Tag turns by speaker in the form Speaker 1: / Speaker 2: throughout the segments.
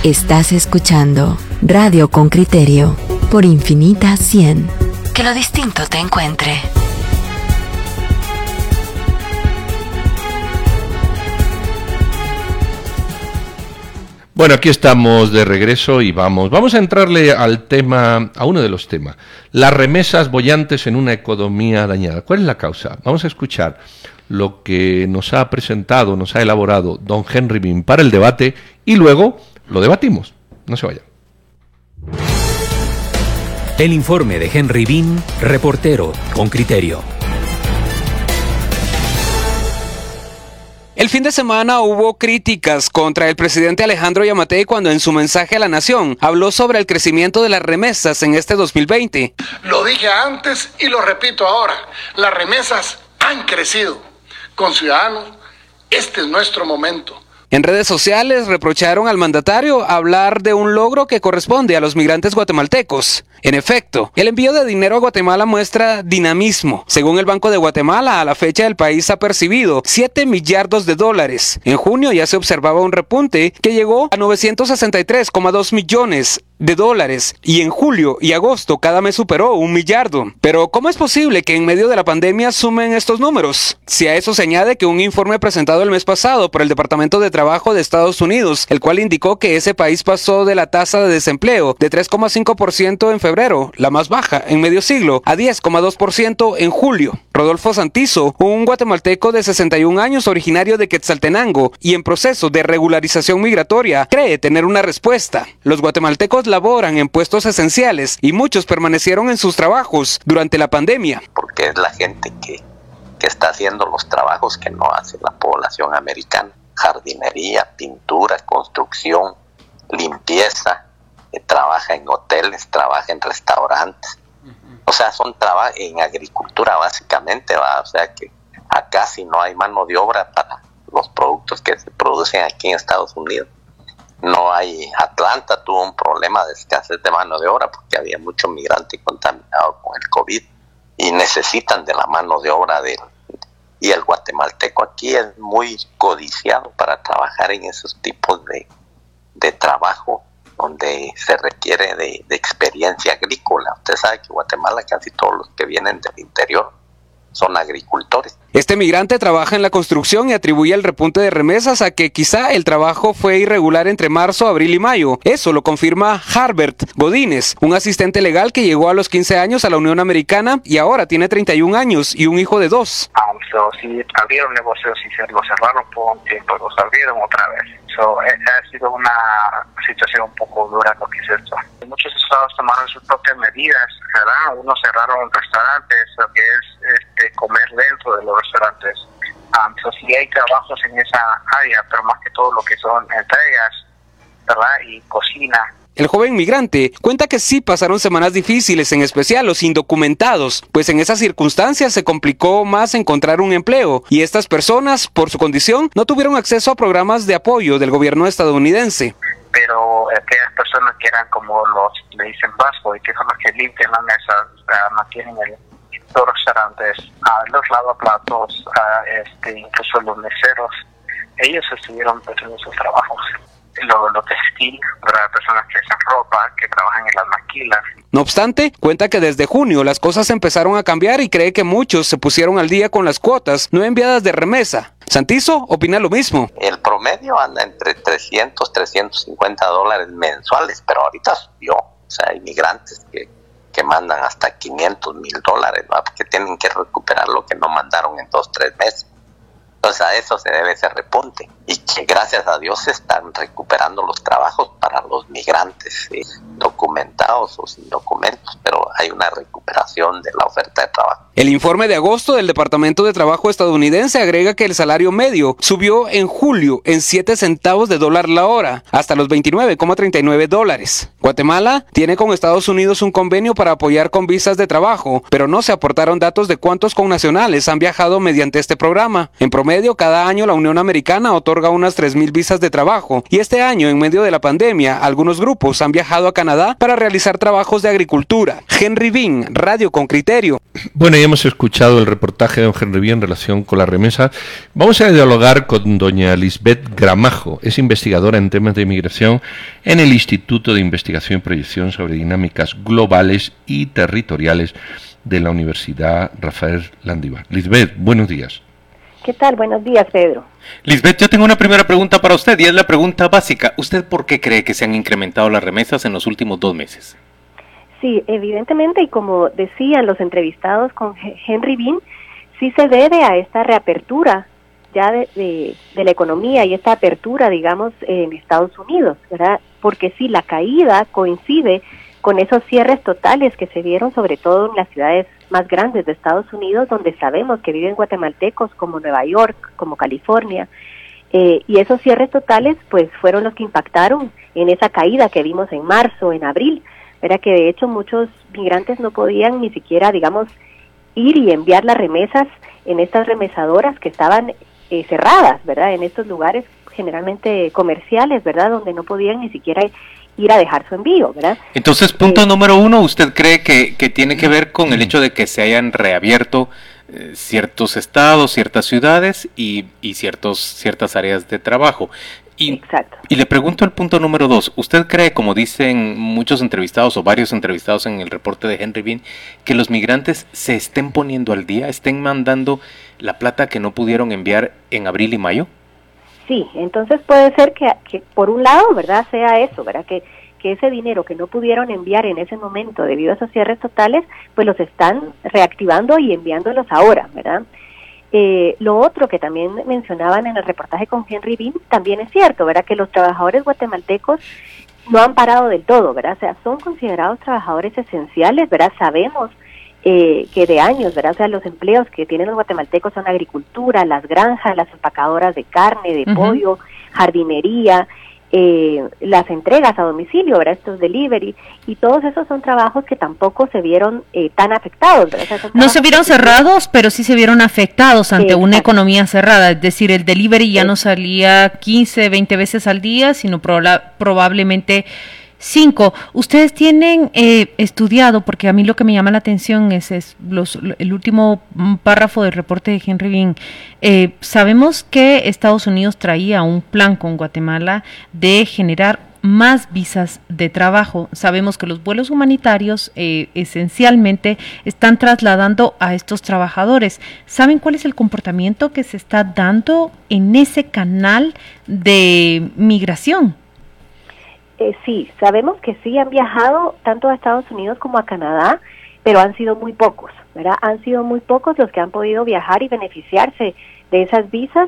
Speaker 1: Estás escuchando Radio con Criterio por Infinita 100. Que lo distinto te encuentre.
Speaker 2: Bueno, aquí estamos de regreso y vamos a entrarle al tema, a uno de los temas, las remesas bollantes en una economía dañada. ¿Cuál es la causa? Vamos a escuchar lo que nos ha presentado, nos ha elaborado don Henry Bean para el debate y luego lo debatimos. No se vayan.
Speaker 3: El informe de Henry Bean, reportero con criterio.
Speaker 4: El fin de semana hubo críticas contra el presidente Alejandro Yamatei cuando en su mensaje a la nación habló sobre el crecimiento de las remesas en este 2020.
Speaker 5: Lo dije antes y lo repito ahora, las remesas han crecido. Con ciudadanos, este es nuestro momento.
Speaker 4: En redes sociales reprocharon al mandatario hablar de un logro que corresponde a los migrantes guatemaltecos. En efecto, el envío de dinero a Guatemala muestra dinamismo. Según el Banco de Guatemala, a la fecha el país ha percibido 7 millardos de dólares. En junio ya se observaba un repunte que llegó a 963,2 millones de dólares y en julio y agosto cada mes superó 1 millardo. Pero ¿cómo es posible que en medio de la pandemia sumen estos números? Si a eso se añade que un informe presentado el mes pasado por el Departamento de Trabajo de Estados Unidos, el cual indicó que ese país pasó de la tasa de desempleo de 3,5% en febrero, la más baja en medio siglo, a 10,2% en julio. Rodolfo Santizo, un guatemalteco de 61 años originario de Quetzaltenango y en proceso de regularización migratoria, cree tener una respuesta. Los guatemaltecos laboran en puestos esenciales y muchos permanecieron en sus trabajos durante la pandemia.
Speaker 6: Porque es la gente que está haciendo los trabajos que no hace la población americana. Jardinería, pintura, construcción, limpieza, trabaja en hoteles, trabaja en restaurantes. O sea, en agricultura básicamente, ¿va? O sea que acá si no hay mano de obra para los productos que se producen aquí en Estados Unidos. No hay. Atlanta tuvo un problema de escasez de mano de obra porque había mucho migrante contaminado con el COVID y necesitan de la mano de obra y el guatemalteco aquí es muy codiciado para trabajar en esos tipos de trabajo donde se requiere de experiencia agrícola. Usted sabe que Guatemala casi todos los que vienen del interior son agricultores.
Speaker 4: Este migrante trabaja en la construcción y atribuye el repunte de remesas a que quizá el trabajo fue irregular entre marzo, abril y mayo. Eso lo confirma Harbert Godínez, un asistente legal que llegó a los 15 años a la Unión Americana y ahora tiene 31 años y un hijo de 2.
Speaker 7: Si abrieron negocios y se los cerraron por un tiempo, los abrieron otra vez. Ha sido una situación un poco dura lo que es esto. Muchos estados tomaron sus propias medidas, ¿verdad? Unos cerraron restaurantes, lo que es comer dentro de los restaurantes. Sí hay trabajos en esa área, pero más que todo lo que son entregas, ¿verdad? Y cocina.
Speaker 4: El joven migrante cuenta que sí pasaron semanas difíciles, en especial los indocumentados, pues en esas circunstancias se complicó más encontrar un empleo y estas personas, por su condición, no tuvieron acceso a programas de apoyo del gobierno estadounidense.
Speaker 7: Pero aquellas personas que eran como le dicen busboy, que son los que limpian las mesas, mantienen los restaurantes, los lavaplatos, incluso los meseros, ellos estuvieron perdiendo sus trabajos. Lo textil, para personas que hacen ropa, que trabajan en las maquilas.
Speaker 4: No obstante, cuenta que desde junio las cosas empezaron a cambiar y cree que muchos se pusieron al día con las cuotas no enviadas de remesa. Santizo opina lo mismo.
Speaker 6: El promedio anda entre 300, 350 dólares mensuales, pero ahorita subió. O sea, hay migrantes que mandan hasta 500 mil dólares, ¿no? Porque tienen que recuperar lo que no mandaron en 2, 3 meses. Entonces a eso se debe ese repunte y que gracias a Dios se están recuperando los trabajos para los migrantes documentados o sin documentos, pero hay una recuperación de la oferta de trabajo.
Speaker 4: El informe de agosto del Departamento de Trabajo estadounidense agrega que el salario medio subió en julio en 7 centavos de dólar la hora, hasta los 29,39 dólares. Guatemala tiene con Estados Unidos un convenio para apoyar con visas de trabajo, pero no se aportaron datos de cuántos connacionales han viajado mediante este programa. En promedio, cada año la Unión Americana otorga unas 3,000 visas de trabajo, y este año, en medio de la pandemia, algunos grupos han viajado a Canadá para realizar trabajos de agricultura. Henry Bean, Radio con Criterio.
Speaker 2: Bueno, y hemos escuchado el reportaje de don Henry Bien en relación con las remesas. Vamos a dialogar con doña Lisbeth Gramajo, es investigadora en temas de inmigración en el Instituto de Investigación y Proyección sobre Dinámicas Globales y Territoriales de la Universidad Rafael Landívar. Lisbeth, buenos días.
Speaker 8: ¿Qué tal? Buenos días, Pedro.
Speaker 3: Lisbeth, yo tengo una primera pregunta para usted y es la pregunta básica. ¿Usted por qué cree que se han incrementado las remesas en los últimos 2 meses?
Speaker 8: Sí, evidentemente, y como decían los entrevistados con Henry Bien, sí se debe a esta reapertura ya de la economía y esta apertura, digamos, en Estados Unidos, ¿verdad? Porque sí, la caída coincide con esos cierres totales que se dieron sobre todo en las ciudades más grandes de Estados Unidos, donde sabemos que viven guatemaltecos como Nueva York, como California, y esos cierres totales pues fueron los que impactaron en esa caída que vimos en marzo, en abril. Era que de hecho muchos migrantes no podían ni siquiera, digamos, ir y enviar las remesas en estas remesadoras que estaban cerradas, ¿verdad? En estos lugares generalmente comerciales, ¿verdad? Donde no podían ni siquiera ir a dejar su envío, ¿verdad?
Speaker 3: Entonces, punto número 1, ¿usted cree que tiene que ver con el hecho de que se hayan reabierto ciertos estados, ciertas ciudades y ciertas áreas de trabajo?
Speaker 8: Exacto.
Speaker 3: Y le pregunto el punto número 2, ¿usted cree, como dicen muchos entrevistados o varios entrevistados en el reporte de Henry Bien, que los migrantes se estén poniendo al día, estén mandando la plata que no pudieron enviar en abril y mayo?
Speaker 8: Sí, entonces puede ser que por un lado, ¿verdad?, sea eso, ¿verdad?, que ese dinero que no pudieron enviar en ese momento debido a esos cierres totales, pues los están reactivando y enviándolos ahora, ¿verdad? Lo otro que también mencionaban en el reportaje con Henry Bien también es cierto, ¿verdad?, que los trabajadores guatemaltecos no han parado del todo, ¿verdad? O sea, son considerados trabajadores esenciales, ¿verdad? Sabemos que de años, ¿verdad? O sea, los empleos que tienen los guatemaltecos son agricultura, las granjas, las empacadoras de carne, de pollo, jardinería, las entregas a domicilio, ¿verdad? Estos delivery, y todos esos son trabajos que tampoco se vieron tan afectados, ¿verdad? O sea,
Speaker 9: no se vieron cerrados, pero sí se vieron afectados ante una economía cerrada, es decir, el delivery ya no salía 15, 20 veces al día, sino probablemente 5. Ustedes tienen estudiado, porque a mí lo que me llama la atención es el último párrafo del reporte de Henry Bien. Sabemos que Estados Unidos traía un plan con Guatemala de generar más visas de trabajo. Sabemos que los vuelos humanitarios esencialmente están trasladando a estos trabajadores. ¿Saben cuál es el comportamiento que se está dando en ese canal de migración?
Speaker 8: Sí, sabemos que sí han viajado tanto a Estados Unidos como a Canadá, pero han sido muy pocos, ¿verdad? Han sido muy pocos los que han podido viajar y beneficiarse de esas visas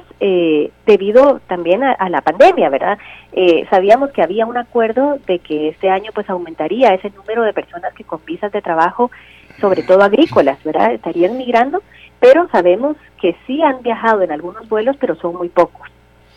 Speaker 8: debido también a la pandemia, ¿verdad? Sabíamos que había un acuerdo de que este año pues aumentaría ese número de personas que con visas de trabajo, sobre todo agrícolas, ¿verdad?, estarían migrando, pero sabemos que sí han viajado en algunos vuelos, pero son muy pocos.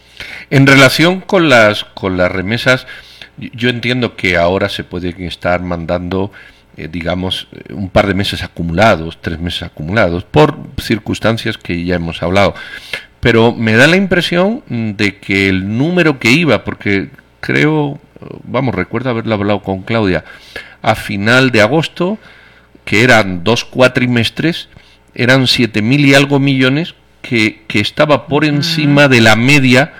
Speaker 2: En relación con las remesas, yo entiendo que ahora se pueden estar mandando, digamos, un par de meses acumulados, 3 meses acumulados, por circunstancias que ya hemos hablado. Pero me da la impresión de que el número que iba, porque creo, recuerdo haberlo hablado con Claudia, a final de agosto, que eran 2 cuatrimestres, eran 7.000 y algo millones, que estaba por encima de la media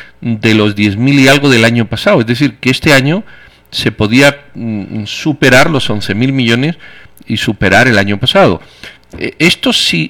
Speaker 2: de los 10.000 y algo del año pasado, es decir, que este año se podía superar los 11.000 millones y superar el año pasado. Esto sí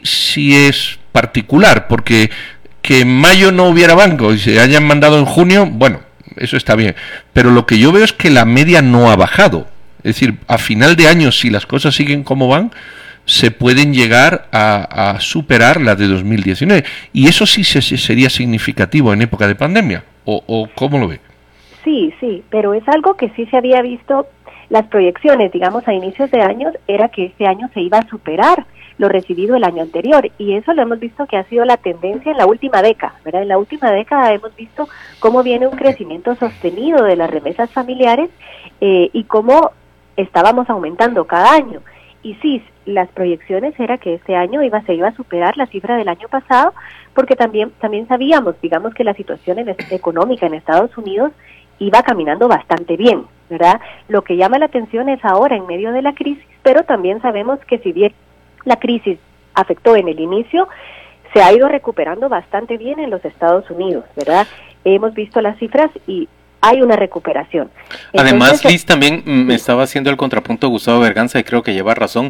Speaker 2: es particular, porque que en mayo no hubiera banco y se hayan mandado en junio, bueno, eso está bien, pero lo que yo veo es que la media no ha bajado, es decir, a final de año, si las cosas siguen como van, se pueden llegar a superar la de 2019. Y eso sí sería significativo en época de pandemia. ¿O cómo lo ve?
Speaker 8: Sí, pero es algo que sí se había visto. Las proyecciones, digamos, a inicios de años, era que este año se iba a superar lo recibido el año anterior. Y eso lo hemos visto que ha sido la tendencia en la última década, ¿verdad? En la última década hemos visto cómo viene un crecimiento sostenido de las remesas familiares y cómo estábamos aumentando cada año. Y sí, las proyecciones era que este año se iba a superar la cifra del año pasado, porque también sabíamos, digamos, que la situación económica en Estados Unidos iba caminando bastante bien, ¿verdad? Lo que llama la atención es ahora en medio de la crisis, pero también sabemos que si bien la crisis afectó en el inicio, se ha ido recuperando bastante bien en los Estados Unidos, ¿verdad? Hemos visto las cifras y hay una recuperación.
Speaker 3: Además, Liz, también me estaba haciendo el contrapunto Gustavo Berganza y creo que lleva razón.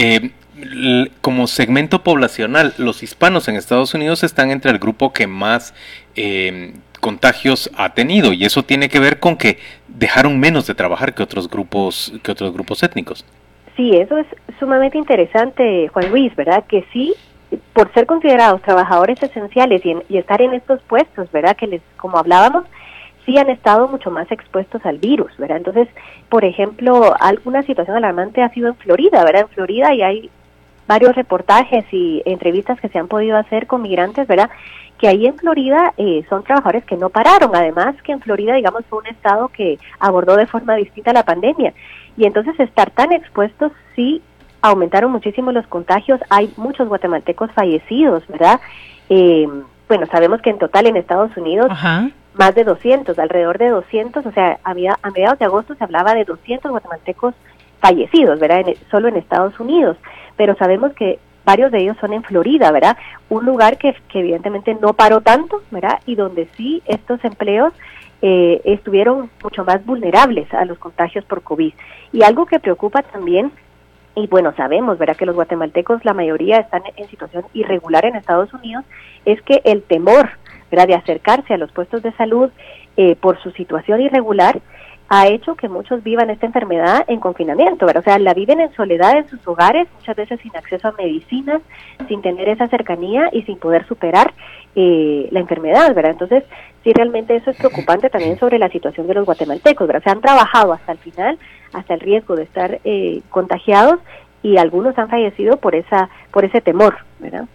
Speaker 3: Como segmento poblacional, los hispanos en Estados Unidos están entre el grupo que más contagios ha tenido, y eso tiene que ver con que dejaron menos de trabajar que otros grupos étnicos. Sí, eso es sumamente interesante, Juan Luis, ¿verdad? Que sí, por ser considerados trabajadores esenciales y estar en estos puestos, ¿verdad? Que como hablábamos, sí han estado mucho más expuestos al virus, ¿verdad? Entonces, por ejemplo, alguna situación alarmante ha sido en Florida, ¿verdad? En Florida y hay varios reportajes y entrevistas que se han podido hacer con migrantes, ¿verdad? Que ahí en Florida son trabajadores que no pararon, además que en Florida, digamos, fue un estado que abordó de forma distinta la pandemia, y entonces estar tan expuestos sí aumentaron muchísimo los contagios, hay muchos guatemaltecos fallecidos, ¿verdad? Bueno, sabemos que en total en Estados Unidos más de 200, alrededor de 200, o sea, a mediados de agosto se hablaba de 200 guatemaltecos fallecidos, ¿verdad? Solo en Estados Unidos, pero sabemos que varios de ellos son en Florida, ¿verdad? Un lugar que evidentemente no paró tanto, ¿verdad? Y donde sí estos empleos estuvieron mucho más vulnerables a los contagios por COVID. Y algo que preocupa también, y bueno, sabemos, ¿verdad?, que los guatemaltecos, la mayoría están en situación irregular en Estados Unidos, es que el temor, ¿verdad?, de acercarse a los puestos de salud por su situación irregular ha hecho que muchos vivan esta enfermedad en confinamiento, ¿verdad? O sea, la viven en soledad en sus hogares, muchas veces sin acceso a medicinas, sin tener esa cercanía y sin poder superar la enfermedad, ¿verdad? Entonces, sí, realmente eso es preocupante también sobre la situación de los guatemaltecos, ¿verdad? Se han trabajado hasta el final, hasta el riesgo de estar contagiados, y algunos han fallecido por ese temor, ¿verdad?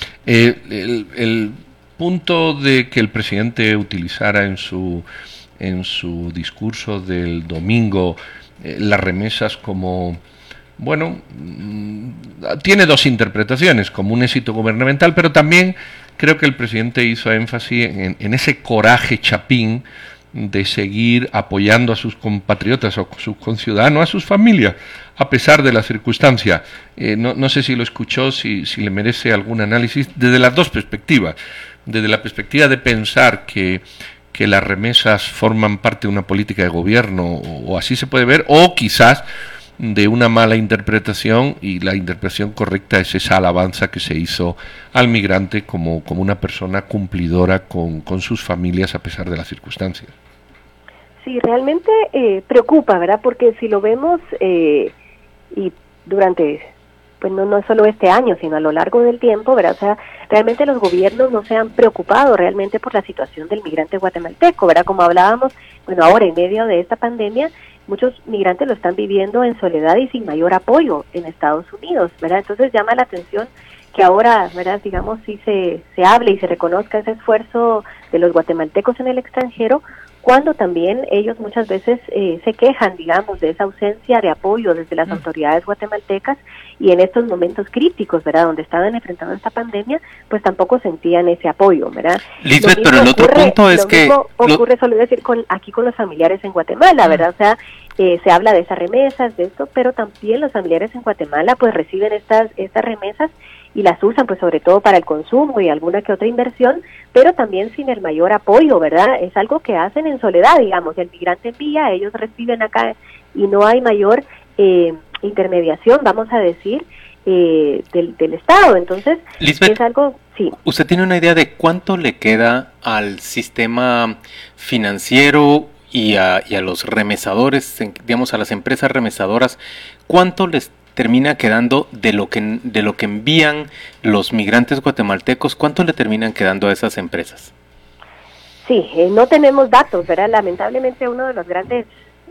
Speaker 2: El punto de que el presidente utilizara en su discurso del domingo las remesas como, bueno, tiene dos interpretaciones, como un éxito gubernamental, pero también creo que el presidente hizo énfasis en ese coraje chapín de seguir apoyando a sus compatriotas o sus conciudadanos, a sus familias, a pesar de las circunstancias. No sé si lo escuchó, si le merece algún análisis desde las dos perspectivas, desde la perspectiva de pensar que las remesas forman parte de una política de gobierno, o así se puede ver, o quizás de una mala interpretación, y la interpretación correcta es esa alabanza que se hizo al migrante como una persona cumplidora con sus familias a pesar de las circunstancias.
Speaker 8: Sí, realmente preocupa, ¿verdad? Porque si lo vemos y durante, pues no solo este año, sino a lo largo del tiempo, ¿verdad? O sea, realmente los gobiernos no se han preocupado realmente por la situación del migrante guatemalteco, ¿verdad? Como hablábamos, bueno, ahora en medio de esta pandemia, muchos migrantes lo están viviendo en soledad y sin mayor apoyo en Estados Unidos, ¿verdad? Entonces llama la atención que ahora, ¿verdad?, digamos, sí se hable y se reconozca ese esfuerzo de los guatemaltecos en el extranjero, cuando también ellos muchas veces se quejan, digamos, de esa ausencia de apoyo desde las autoridades guatemaltecas, y en estos momentos críticos, ¿verdad?, donde estaban enfrentando esta pandemia, pues tampoco sentían ese apoyo, ¿verdad?
Speaker 3: Lisbeth, pero el otro punto es que...
Speaker 8: Lo mismo ocurre, solo decir, aquí con los familiares en Guatemala, ¿verdad? O sea, se habla de esas remesas, de esto, pero también los familiares en Guatemala pues reciben estas remesas y las usan pues sobre todo para el consumo y alguna que otra inversión, pero también sin el mayor apoyo, ¿verdad? Es algo que hacen en soledad, digamos, el migrante envía, ellos reciben acá y no hay mayor intermediación, vamos a decir, del Estado. Entonces,
Speaker 3: Lisbeth,
Speaker 8: es algo, sí.
Speaker 3: ¿Usted tiene una idea de cuánto le queda al sistema financiero y a los remesadores, digamos, a las empresas remesadoras? ¿Cuánto les termina quedando de lo que envían los migrantes guatemaltecos? ¿Cuánto le terminan quedando a esas empresas?
Speaker 8: Sí, no tenemos datos, ¿verdad? Lamentablemente uno de los grandes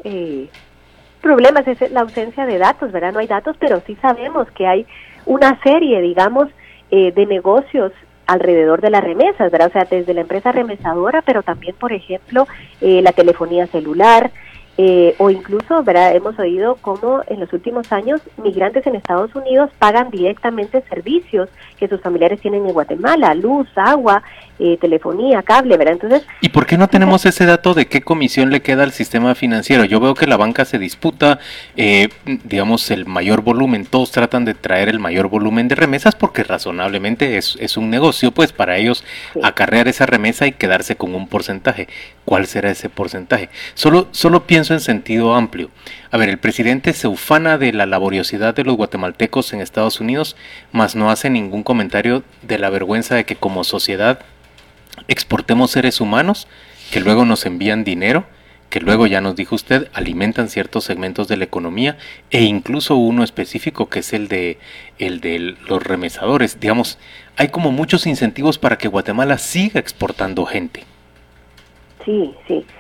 Speaker 8: problemas es la ausencia de datos, ¿verdad? No hay datos, pero sí sabemos que hay una serie, digamos, de negocios alrededor de las remesas, ¿verdad? O sea, desde la empresa remesadora, pero también, por ejemplo, la telefonía celular, o incluso, ¿verdad?, hemos oído cómo en los últimos años migrantes en Estados Unidos pagan directamente servicios que sus familiares tienen en Guatemala, luz, agua, telefonía, cable, ¿verdad? Entonces,
Speaker 3: ¿y por qué no tenemos ese dato de qué comisión le queda al sistema financiero? Yo veo que la banca se disputa, digamos, el mayor volumen. Todos tratan de traer el mayor volumen de remesas porque razonablemente es un negocio, pues, para ellos acarrear esa remesa y quedarse con un porcentaje. ¿Cuál será ese porcentaje? Solo pienso en sentido amplio. A ver, el presidente se ufana de la laboriosidad de los guatemaltecos en Estados Unidos, mas no hace ningún comentario de la vergüenza de que como sociedad exportemos seres humanos que luego nos envían dinero, que luego, ya nos dijo usted, alimentan ciertos segmentos de la economía e incluso uno específico que es el de los remesadores. Digamos, hay como muchos incentivos para que Guatemala siga exportando gente.
Speaker 8: Sí,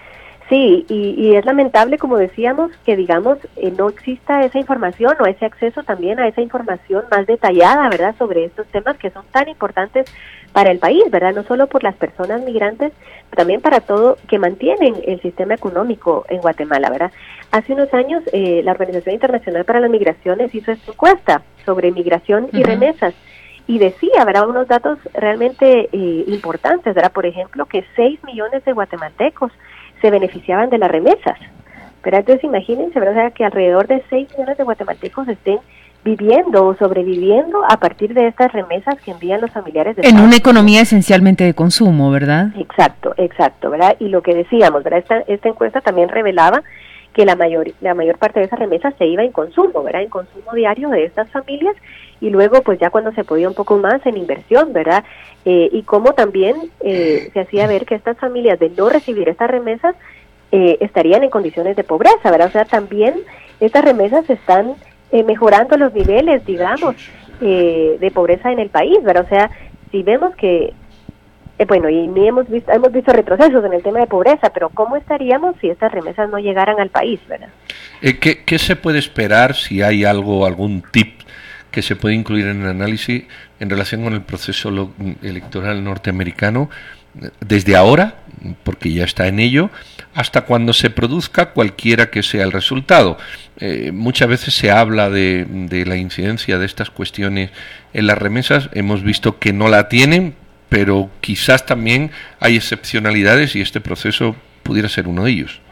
Speaker 8: y es lamentable, como decíamos, que digamos no exista esa información o ese acceso también a esa información más detallada, ¿verdad?, sobre estos temas que son tan importantes para el país, ¿verdad?, no solo por las personas migrantes, también para todo que mantienen el sistema económico en Guatemala, ¿verdad? Hace unos años la Organización Internacional para las Migraciones hizo esta encuesta sobre migración y remesas, y decía, ¿verdad?, unos datos realmente importantes, ¿verdad?, por ejemplo, que 6 millones de guatemaltecos se beneficiaban de las remesas, ¿verdad? Entonces imagínense, ¿verdad?, o sea, que alrededor de 6 millones de guatemaltecos estén viviendo o sobreviviendo a partir de estas remesas que envían los familiares de
Speaker 9: en una economía esencialmente de consumo, ¿verdad?
Speaker 8: Exacto, ¿verdad? Y lo que decíamos, ¿verdad?, esta encuesta también revelaba que la mayor parte de esas remesas se iba en consumo, ¿verdad?, en consumo diario de estas familias, y luego pues ya cuando se podía un poco más en inversión, ¿verdad? Y cómo también se hacía ver que estas familias, de no recibir estas remesas, estarían en condiciones de pobreza, ¿verdad? O sea, también estas remesas están mejorando los niveles, digamos, de pobreza en el país, ¿verdad? O sea, si vemos que, bueno, y ni hemos visto retrocesos en el tema de pobreza, pero ¿cómo estaríamos si estas remesas no llegaran al país, ¿verdad?
Speaker 2: ¿Qué se puede esperar, si hay algún tip que se puede incluir en el análisis en relación con el proceso electoral norteamericano, desde ahora, porque ya está en ello, hasta cuando se produzca cualquiera que sea el resultado? Muchas veces se habla de la incidencia de estas cuestiones en las remesas. Hemos visto que no la tienen, pero quizás también hay excepcionalidades y este proceso pudiera ser uno de ellos.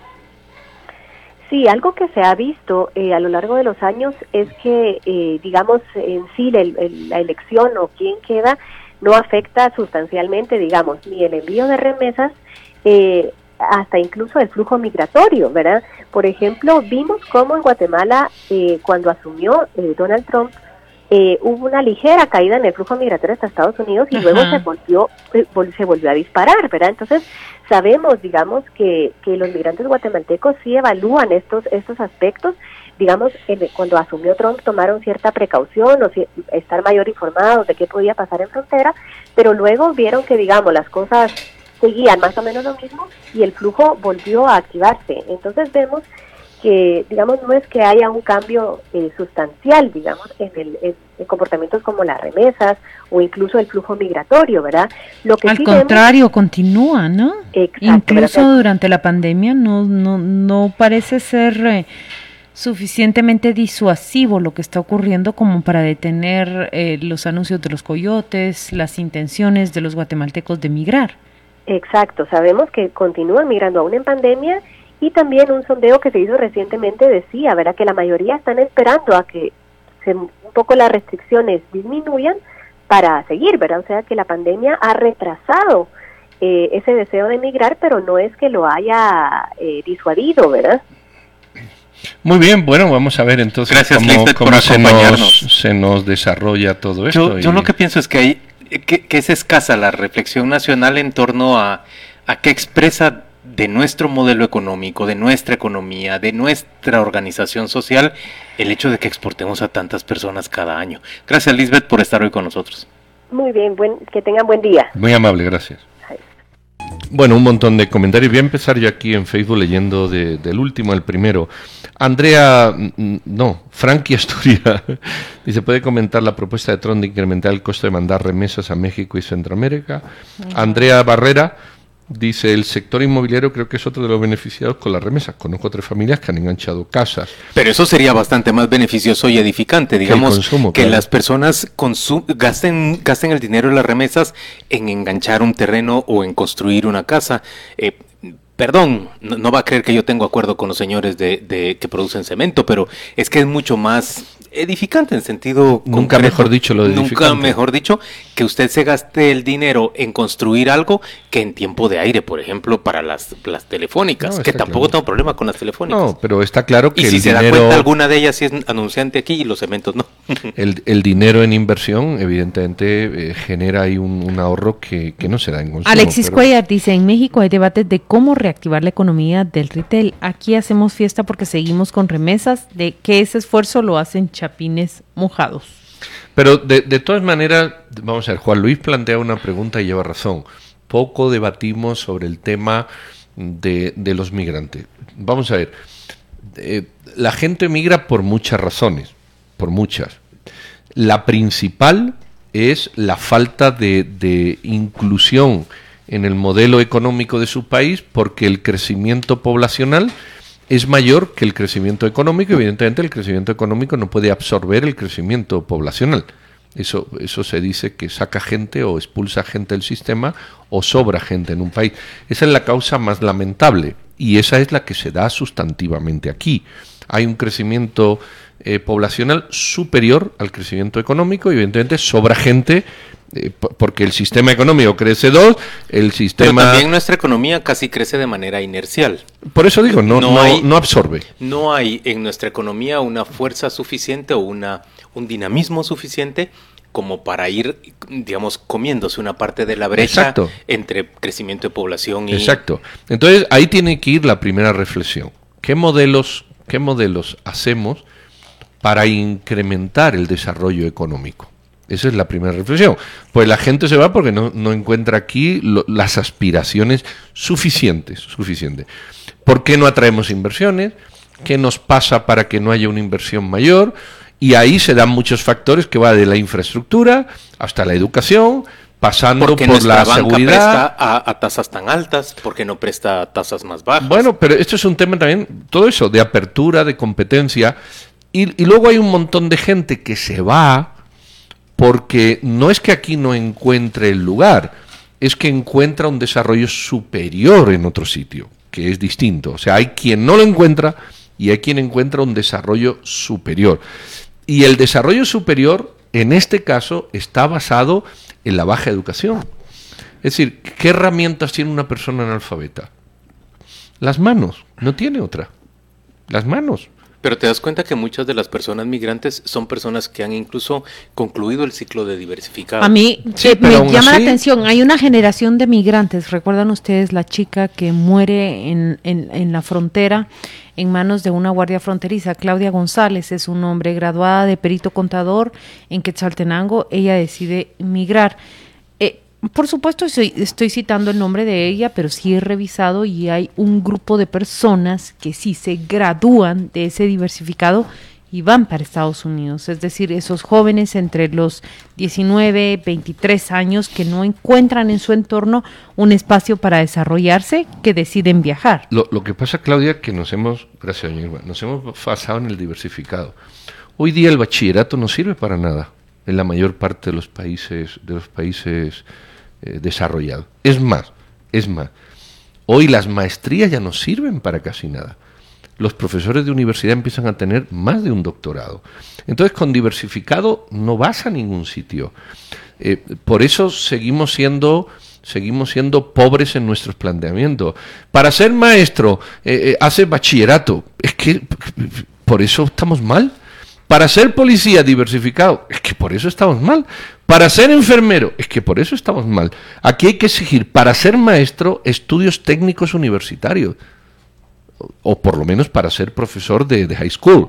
Speaker 8: Sí, algo que se ha visto a lo largo de los años es que, digamos, en sí la elección o quién queda no afecta sustancialmente, digamos, ni el envío de remesas, hasta incluso el flujo migratorio, ¿verdad? Por ejemplo, vimos cómo en Guatemala, cuando asumió Donald Trump, hubo una ligera caída en el flujo migratorio hasta Estados Unidos y luego se volvió a disparar, ¿verdad? Entonces, sabemos, digamos, que los migrantes guatemaltecos sí evalúan estos aspectos. Digamos, cuando asumió Trump tomaron cierta precaución o estar mayor informados de qué podía pasar en frontera, pero luego vieron que, digamos, las cosas seguían más o menos lo mismo y el flujo volvió a activarse. Entonces vemos que, digamos, no es que haya un cambio sustancial, digamos, en comportamientos como las remesas o incluso el flujo migratorio, ¿verdad? Lo que
Speaker 9: al contrario, continúa, ¿no?
Speaker 8: Exacto,
Speaker 9: incluso
Speaker 8: ¿verdad?
Speaker 9: Durante la pandemia no parece ser suficientemente disuasivo lo que está ocurriendo como para detener los anuncios de los coyotes, las intenciones de los guatemaltecos de migrar.
Speaker 8: Exacto, sabemos que continúan migrando aún en pandemia. Y también un sondeo que se hizo recientemente decía, ¿verdad?, que la mayoría están esperando a que un poco las restricciones disminuyan para seguir, ¿verdad? O sea, que la pandemia ha retrasado ese deseo de emigrar, pero no es que lo haya disuadido, ¿verdad?
Speaker 2: Muy bien, bueno, vamos a ver entonces cómo se nos desarrolla todo esto.
Speaker 3: Yo lo que pienso es que es escasa la reflexión nacional en torno a qué expresa de nuestro modelo económico, de nuestra economía, de nuestra organización social, el hecho de que exportemos a tantas personas cada año. Gracias, Lisbeth, por estar hoy con nosotros.
Speaker 8: Muy bien, que tengan buen día.
Speaker 2: Muy amable, gracias. Bueno, un montón de comentarios. Voy a empezar yo aquí en Facebook leyendo del último al primero. Frankie Asturias dice: ¿puede comentar la propuesta de Trump de incrementar el costo de mandar remesas a México y Centroamérica? Andrea Barrera Dice, el sector inmobiliario creo que es otro de los beneficiados con las remesas. Conozco 3 familias que han enganchado casas.
Speaker 3: Pero eso sería bastante más beneficioso y edificante, digamos,
Speaker 2: consumo,
Speaker 3: que
Speaker 2: claro.
Speaker 3: las personas gasten el dinero de las remesas en enganchar un terreno o en construir una casa. Perdón, no va a creer que yo tengo acuerdo con los señores de que producen cemento, pero es que es mucho más edificante en sentido
Speaker 2: Nunca
Speaker 3: concreto.
Speaker 2: mejor dicho lo de edificante.
Speaker 3: Nunca mejor dicho que usted se gaste el dinero en construir algo que en tiempo de aire, por ejemplo, para las telefónicas,
Speaker 2: No,
Speaker 3: que
Speaker 2: está
Speaker 3: tampoco
Speaker 2: claro.
Speaker 3: tengo problema con las telefónicas.
Speaker 2: No, pero está claro que
Speaker 3: Y si
Speaker 2: el
Speaker 3: se da
Speaker 2: dinero...
Speaker 3: cuenta, alguna de ellas sí es anunciante aquí y los cementos no.
Speaker 2: El dinero en inversión, evidentemente, genera ahí un ahorro que no se da en consumo.
Speaker 9: Alexis
Speaker 2: pero-
Speaker 9: Cuellar dice, en México hay debates de cómo reactivar la economía del retail. Aquí hacemos fiesta porque seguimos con remesas, de que ese esfuerzo lo hacen chapines mojados.
Speaker 2: Pero de todas maneras, vamos a ver, Juan Luis plantea una pregunta y lleva razón. Poco debatimos sobre el tema de los migrantes. Vamos a ver, la gente migra por muchas razones, por muchas. La principal es la falta de inclusión en el modelo económico de su país, porque el crecimiento poblacional es mayor que el crecimiento económico. Evidentemente el crecimiento económico no puede absorber el crecimiento poblacional. Eso se dice que saca gente o expulsa gente del sistema o sobra gente en un país. Esa es la causa más lamentable y esa es la que se da sustantivamente aquí. Hay un crecimiento poblacional superior al crecimiento económico y evidentemente sobra gente porque el sistema económico crece 2, el sistema...
Speaker 3: Pero también nuestra economía casi crece de manera inercial.
Speaker 2: Por eso digo, no absorbe.
Speaker 3: No hay en nuestra economía una fuerza suficiente o un dinamismo suficiente como para ir, digamos, comiéndose una parte de la brecha.
Speaker 2: Exacto.
Speaker 3: Entre crecimiento de población y...
Speaker 2: Exacto. Entonces, ahí tiene que ir la primera reflexión. ¿Qué modelos hacemos para incrementar el desarrollo económico? Esa es la primera reflexión. Pues la gente se va porque no encuentra aquí las aspiraciones suficientes. ¿Por qué no atraemos inversiones? ¿Qué nos pasa para que no haya una inversión mayor? Y ahí se dan muchos factores que va de la infraestructura hasta la educación, pasando
Speaker 3: porque
Speaker 2: por la
Speaker 3: banca
Speaker 2: seguridad.
Speaker 3: Presta a tasas tan altas, porque no presta a tasas más bajas.
Speaker 2: Bueno, pero esto es un tema también, todo eso, de apertura, de competencia. Y luego hay un montón de gente que se va porque no es que aquí no encuentre el lugar, es que encuentra un desarrollo superior en otro sitio, que es distinto. O sea, hay quien no lo encuentra y hay quien encuentra un desarrollo superior. Y el desarrollo superior, en este caso, está basado en la baja educación. Es decir, ¿qué herramientas tiene una persona analfabeta? Las manos, no tiene otra. Las manos.
Speaker 3: Pero te das cuenta que muchas de las personas migrantes son personas que han incluso concluido el ciclo de diversificado.
Speaker 9: A mí
Speaker 2: Sí,
Speaker 9: me
Speaker 2: pero aún
Speaker 9: llama la
Speaker 2: así-
Speaker 9: atención, hay una generación de migrantes, ¿recuerdan ustedes la chica que muere en la frontera en manos de una guardia fronteriza? Claudia González es un hombre, graduada de perito contador en Quetzaltenango, ella decide migrar. Por supuesto, estoy citando el nombre de ella, pero sí he revisado y hay un grupo de personas que sí se gradúan de ese diversificado y van para Estados Unidos. Es decir, esos jóvenes entre los 19, 23 años que no encuentran en su entorno un espacio para desarrollarse, que deciden viajar.
Speaker 2: Lo que pasa, Claudia, que nos hemos basado en el diversificado. Hoy día el bachillerato no sirve para nada en la mayor parte de los países desarrollados. Es más, hoy las maestrías ya no sirven para casi nada. Los profesores de universidad empiezan a tener más de un doctorado. Entonces, con diversificado no vas a ningún sitio. Por eso seguimos siendo pobres en nuestros planteamientos. Para ser maestro, hace bachillerato. Es que por eso estamos mal. Para ser policía diversificado, es que por eso estamos mal. Para ser enfermero, es que por eso estamos mal. Aquí hay que exigir, para ser maestro, estudios técnicos universitarios. O por lo menos para ser profesor de high school.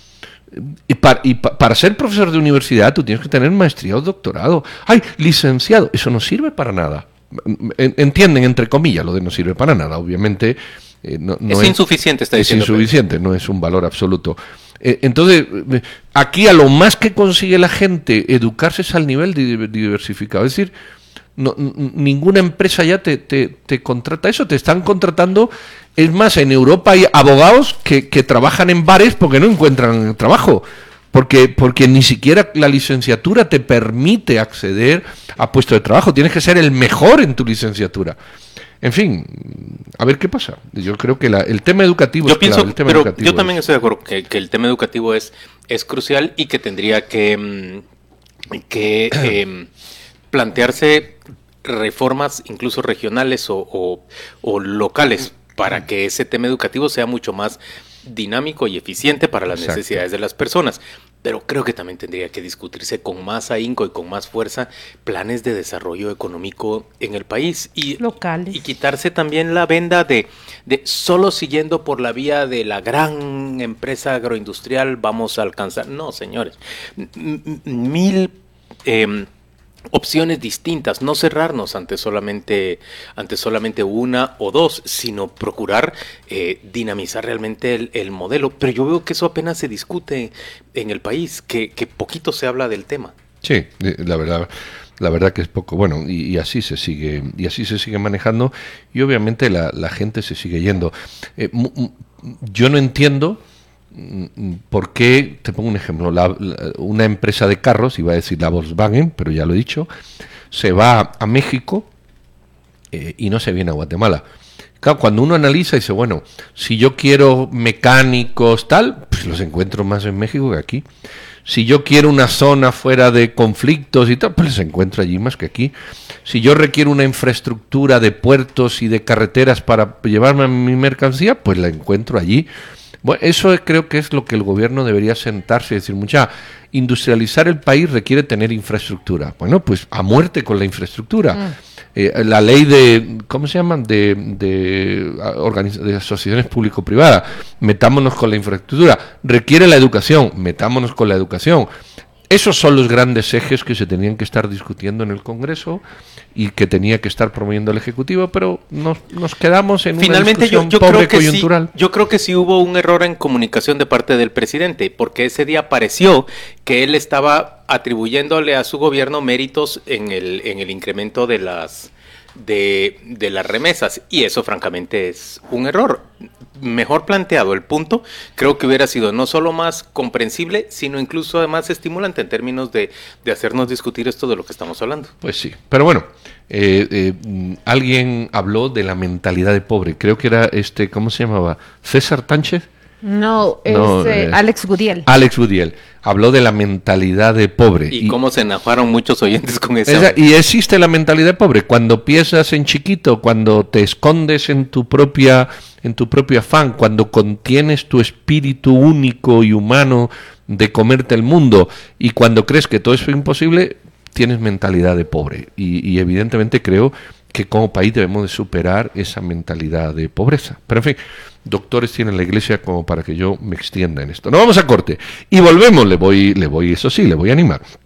Speaker 2: Y para ser profesor de universidad tú tienes que tener maestría o doctorado. ¡Ay, licenciado! Eso no sirve para nada. Entienden, entre comillas, lo de no sirve para nada. Obviamente no
Speaker 3: es insuficiente, está diciendo.
Speaker 2: Es insuficiente, no es un valor absoluto. Entonces, aquí a lo más que consigue la gente educarse es al nivel diversificado. Es decir, ninguna empresa ya te contrata eso, te están contratando. Es más, en Europa hay abogados que trabajan en bares porque no encuentran trabajo, porque ni siquiera la licenciatura te permite acceder a puestos de trabajo, tienes que ser el mejor en tu licenciatura. En fin, a ver qué pasa. Yo creo que el tema educativo
Speaker 3: yo también estoy de acuerdo que el tema educativo es crucial y que tendría que plantearse reformas incluso regionales o locales para que ese tema educativo sea mucho más dinámico y eficiente para las necesidades de las personas. Pero creo que también tendría que discutirse con más ahínco y con más fuerza planes de desarrollo económico en el país y locales. Y quitarse también la venda de solo siguiendo por la vía de la gran empresa agroindustrial vamos a alcanzar. No, señores, mil opciones distintas, no cerrarnos ante solamente una o dos, sino procurar dinamizar realmente el modelo. Pero yo veo que eso apenas se discute en el país, que poquito se habla del tema.
Speaker 2: Sí, la verdad que es poco. Bueno, y así se sigue manejando, y obviamente la gente se sigue yendo. Yo no entiendo ¿por qué? Te pongo un ejemplo. Una empresa de carros, iba a decir la Volkswagen, pero ya lo he dicho, se va a México y no se viene a Guatemala. Claro, cuando uno analiza y dice, bueno, si yo quiero mecánicos tal, pues los encuentro más en México que aquí. Si yo quiero una zona fuera de conflictos y tal, pues los encuentro allí más que aquí. Si yo requiero una infraestructura de puertos y de carreteras para llevarme mi mercancía, pues la encuentro allí. Bueno, eso creo que es lo que el gobierno debería sentarse y decir, industrializar el país requiere tener infraestructura. Bueno, pues a muerte con la infraestructura. La ley de, ¿cómo se llaman? De asociaciones público-privadas. Metámonos con la infraestructura. Requiere la educación. Metámonos con la educación. Esos son los grandes ejes que se tenían que estar discutiendo en el Congreso y que tenía que estar promoviendo el Ejecutivo, pero nos quedamos en una discusión pobre coyuntural.
Speaker 3: Yo creo que sí hubo un error en comunicación de parte del presidente, porque ese día pareció que él estaba atribuyéndole a su gobierno méritos en el incremento de las remesas, y eso francamente es un error. Mejor planteado el punto, creo que hubiera sido no solo más comprensible, sino incluso además estimulante en términos de hacernos discutir esto de lo que estamos hablando.
Speaker 2: Pues sí, pero bueno, alguien habló de la mentalidad de pobre, creo que era ¿cómo se llamaba? ¿César Tánchez?
Speaker 9: No, Alex Gudiel.
Speaker 2: Alex Gudiel habló de la mentalidad de pobre.
Speaker 3: Y cómo se enojaron muchos oyentes con eso.
Speaker 2: Y existe la mentalidad de pobre. Cuando piensas en chiquito, cuando te escondes en tu propio afán, cuando contienes tu espíritu único y humano de comerte el mundo, y cuando crees que todo es imposible, tienes mentalidad de pobre. Y evidentemente creo que como país debemos de superar esa mentalidad de pobreza. Pero en fin, doctores tiene la Iglesia como para que yo me extienda en esto. No, vamos a corte y volvemos, le voy a animar.